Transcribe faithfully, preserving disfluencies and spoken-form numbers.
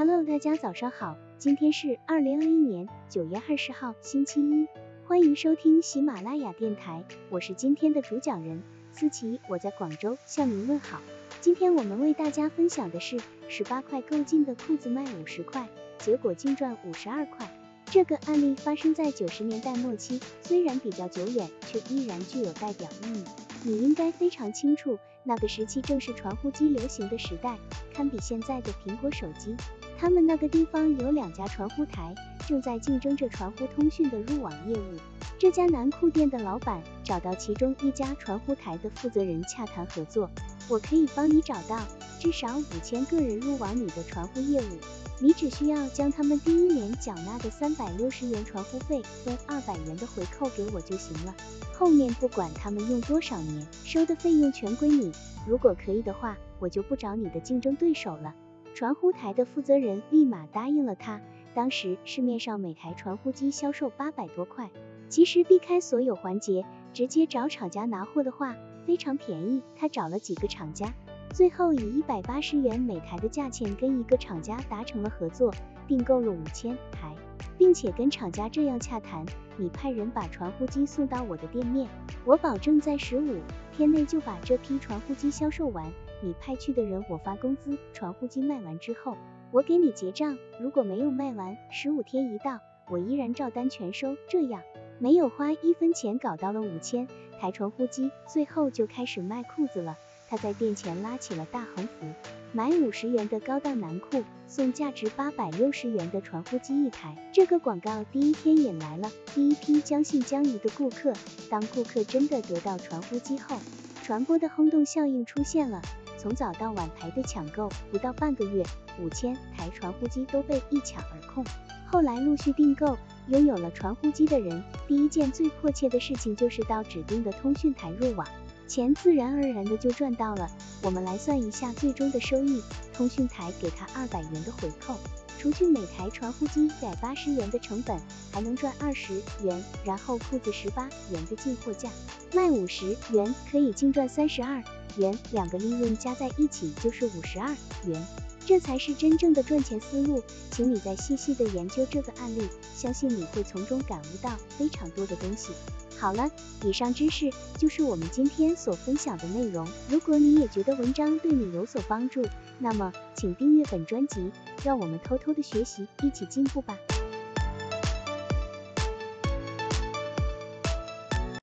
Hello， 大家早上好，今天是二零二一年九月二十号，星期一，欢迎收听喜马拉雅电台，我是今天的主讲人思琪，我在广州向您问好。今天我们为大家分享的是十八块购进的裤子卖五十块，结果净赚五十二块。这个案例发生在九十年代末期，虽然比较久远，却依然具有代表意义。你应该非常清楚，那个时期正是传呼机流行的时代，堪比现在的苹果手机。他们那个地方有两家传呼台，正在竞争着传呼通讯的入网业务。这家男裤店的老板找到其中一家传呼台的负责人洽谈合作，我可以帮你找到至少五千个人入网你的传呼业务，你只需要将他们第一年缴纳的三百六十元传呼费分二百元的回扣给我就行了，后面不管他们用多少年，收的费用全归你，如果可以的话，我就不找你的竞争对手了。传呼台的负责人立马答应了他，当时市面上每台传呼机销售八百多块，其实避开所有环节，直接找厂家拿货的话非常便宜，他找了几个厂家，最后以一百八十元每台的价钱跟一个厂家达成了合作，订购了五千台，并且跟厂家这样洽谈，你派人把传呼机送到我的店面，我保证在十五天内就把这批传呼机销售完，你派去的人我发工资，传呼机卖完之后我给你结账，如果没有卖完，十五天一到我依然照单全收，这样没有花一分钱搞到了五千台传呼机，最后就开始卖裤子了。他在店前拉起了大横幅，买五十元的高档男裤送价值八百六十元的传呼机一台。这个广告第一天引来了第一批将信将疑的顾客，当顾客真的得到传呼机后，传播的轰动效应出现了，从早到晚排队抢购，不到半个月，五千台传呼机都被一抢而空。后来陆续订购，拥有了传呼机的人，第一件最迫切的事情就是到指定的通讯台入网，钱自然而然的就赚到了。我们来算一下最终的收益，通讯台给他二百元的回扣，除去每台传呼机一百八十元的成本，还能赚二十元，然后裤子十八元的进货价，卖五十元可以净赚三十二元，两个利润加在一起就是五十二元。这才是真正的赚钱思路，请你再细细的研究这个案例，相信你会从中感悟到非常多的东西。好了，以上知识就是我们今天所分享的内容，如果你也觉得文章对你有所帮助，那么请订阅本专辑，让我们偷偷的学习，一起进步吧。